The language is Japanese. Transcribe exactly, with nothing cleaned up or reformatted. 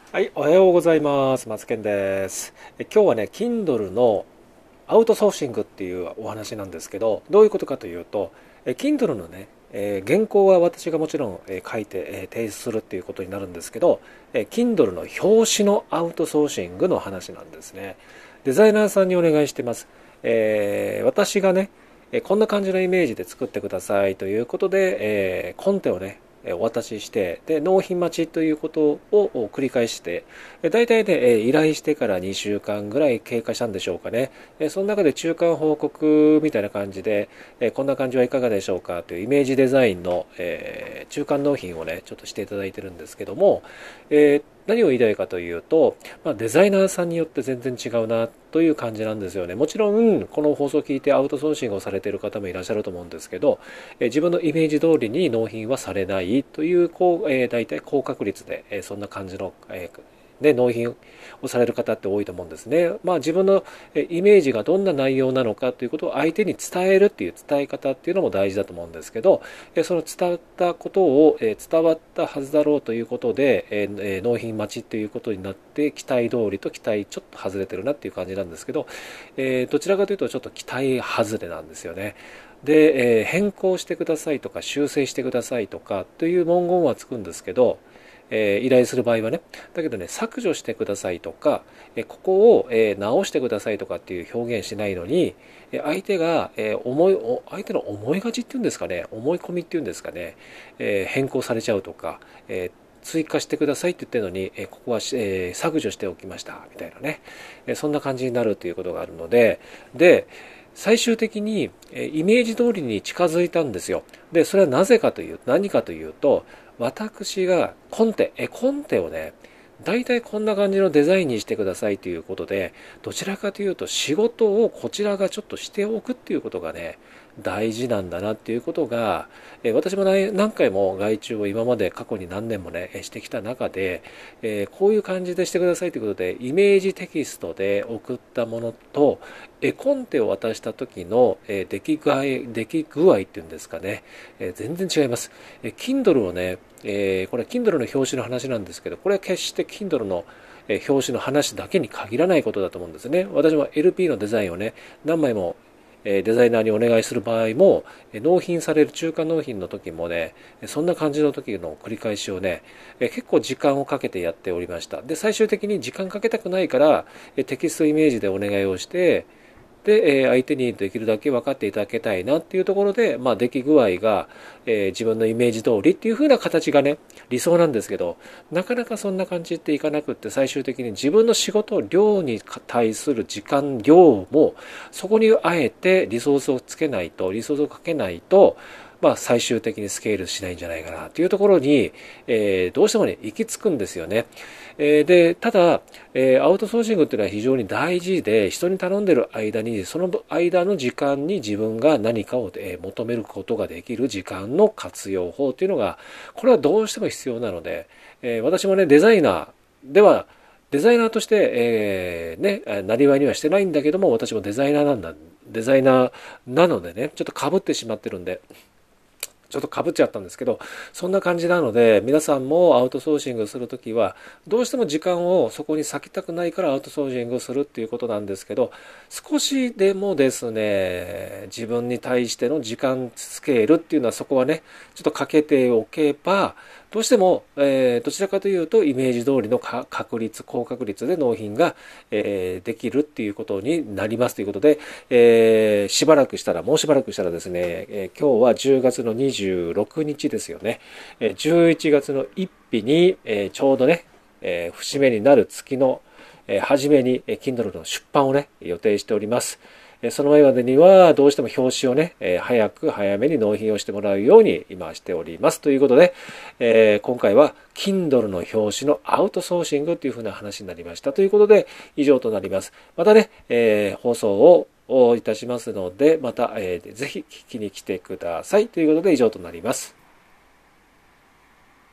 はい、おはようございます。松健です。え今日はね、Kindle のアウトソーシングっていうお話なんですけど、どういうことかというと、え Kindle のね、えー原稿は私がもちろん、えー書いて、えー提出するっていうことになるんですけど、えー Kindle の表紙のアウトソーシングの話なんですね。デザイナーさんにお願いしてます。えー私がね、えーこんな感じのイメージで作ってくださいということで、えーコンテをね、えお渡しして、で、納品待ちということを繰り返して、大体ね、依頼してからにしゅうかんぐらい経過したんでしょうかね。その中で中間報告みたいな感じで、こんな感じはいかがでしょうかというイメージデザインの中間納品をね、ちょっとしていただいてるんですけども、何を言いたいかというと、まあ、デザイナーさんによって全然違うなという感じなんですよね。もちろん、この放送を聞いてアウトソーシングをされている方もいらっしゃると思うんですけど、自分のイメージ通りに納品はされないという、こう、えー、大体高確率で、えー、そんな感じの、えーで納品をされる方って多いと思うんですね。まあ自分のイメージがどんな内容なのかということを相手に伝えるっていう伝え方っていうのも大事だと思うんですけど、その伝わったことを伝わったはずだろうということで納品待ちということになって期待通りと期待ちょっと外れてるなっていう感じなんですけど、どちらかというとちょっと期待外れなんですよね。で、変更してくださいとか修正してくださいとかという文言はつくんですけど、えー、依頼する場合はね。だけどね、削除してくださいとか、えー、ここを、えー、直してくださいとかっていう表現しないのに、えー、相手が、えー、思い、相手の思いがちっていうんですかね、思い込みっていうんですかね、えー、変更されちゃうとか、えー追加してくださいって言ってるのに、えここは、えー、削除しておきました、みたいなね、えそんな感じになるということがあるので、で、最終的に、えイメージ通りに近づいたんですよ。で、それはなぜかという、何かというと、私がコンテ、え、コンテをね、大体こんな感じのデザインにしてくださいということで、どちらかというと仕事をこちらがちょっとしておくっていうことがね、大事なんだなっていうことが、え私も何回も外注を今まで過去に何年もね、してきた中で、えこういう感じでしてくださいということで、イメージテキストで送ったものと、絵コンテを渡した時の、え出来具合、出来具合っていうんですかね、え全然違います。え Kindle をね、えーこれは Kindle の表紙の話なんですけど、これは決して Kindle の表紙の話だけに限らないことだと思うんですね。私も エルピー のデザインをね、何枚もデザイナーにお願いする場合も、納品される中間納品の時もね、そんな感じの時の繰り返しをね、結構時間をかけてやっておりました。で、最終的に時間かけたくないから、テキストイメージでお願いをして、で、相手にできるだけ分かっていただけたいなっていうところで、まあ、出来具合が、えー自分のイメージ通りっていう風な形がね、理想なんですけど、なかなかそんな感じっていかなくって、最終的に自分の仕事量に対する時間量も、そこにあえてリソースをつけないと、リソースをかけないと、まあ、最終的にスケールしないんじゃないかなというところに、えーどうしてもね、行き着くんですよね。えーで、ただ、えーアウトソーシングっていうのは非常に大事で、人に頼んでる間に、その間の時間に自分が何かを、えー求めることができる時間の活用法っていうのが、これはどうしても必要なので、えー私もね、デザイナーでは、デザイナーとして、えー、ね、なりわいにはしてないんだけども、私もデザイナーなんだ、デザイナーなのでね、ちょっと被ってしまってるんで、ちょっとかぶっちゃったんですけど、そんな感じなので、皆さんもアウトソーシングするときは、どうしても時間をそこに割きたくないからアウトソーシングするっていうことなんですけど、少しでもですね、自分に対しての時間スケールっていうのはそこはね、ちょっとかけておけば、どうしても、えーどちらかというとイメージ通りの確率、高確率で納品が、えーできるっていうことになりますということで、えーしばらくしたら、もうしばらくしたらですね、えー今日はじゅうがつのにじゅうろくにちですよね。えーじゅういちがつのついたちに、えーちょうどね、えー節目になる月の、えー初めに、えー Kindle の出版をね、予定しております。その前までにはどうしても表紙をね、早く早めに納品をしてもらうように今しております。ということで、えー今回は Kindle の表紙のアウトソーシングというふうな話になりましたということで以上となります。またね、えー放送をいたしますので、また、えーぜひ聞きに来てください。ということで以上となります。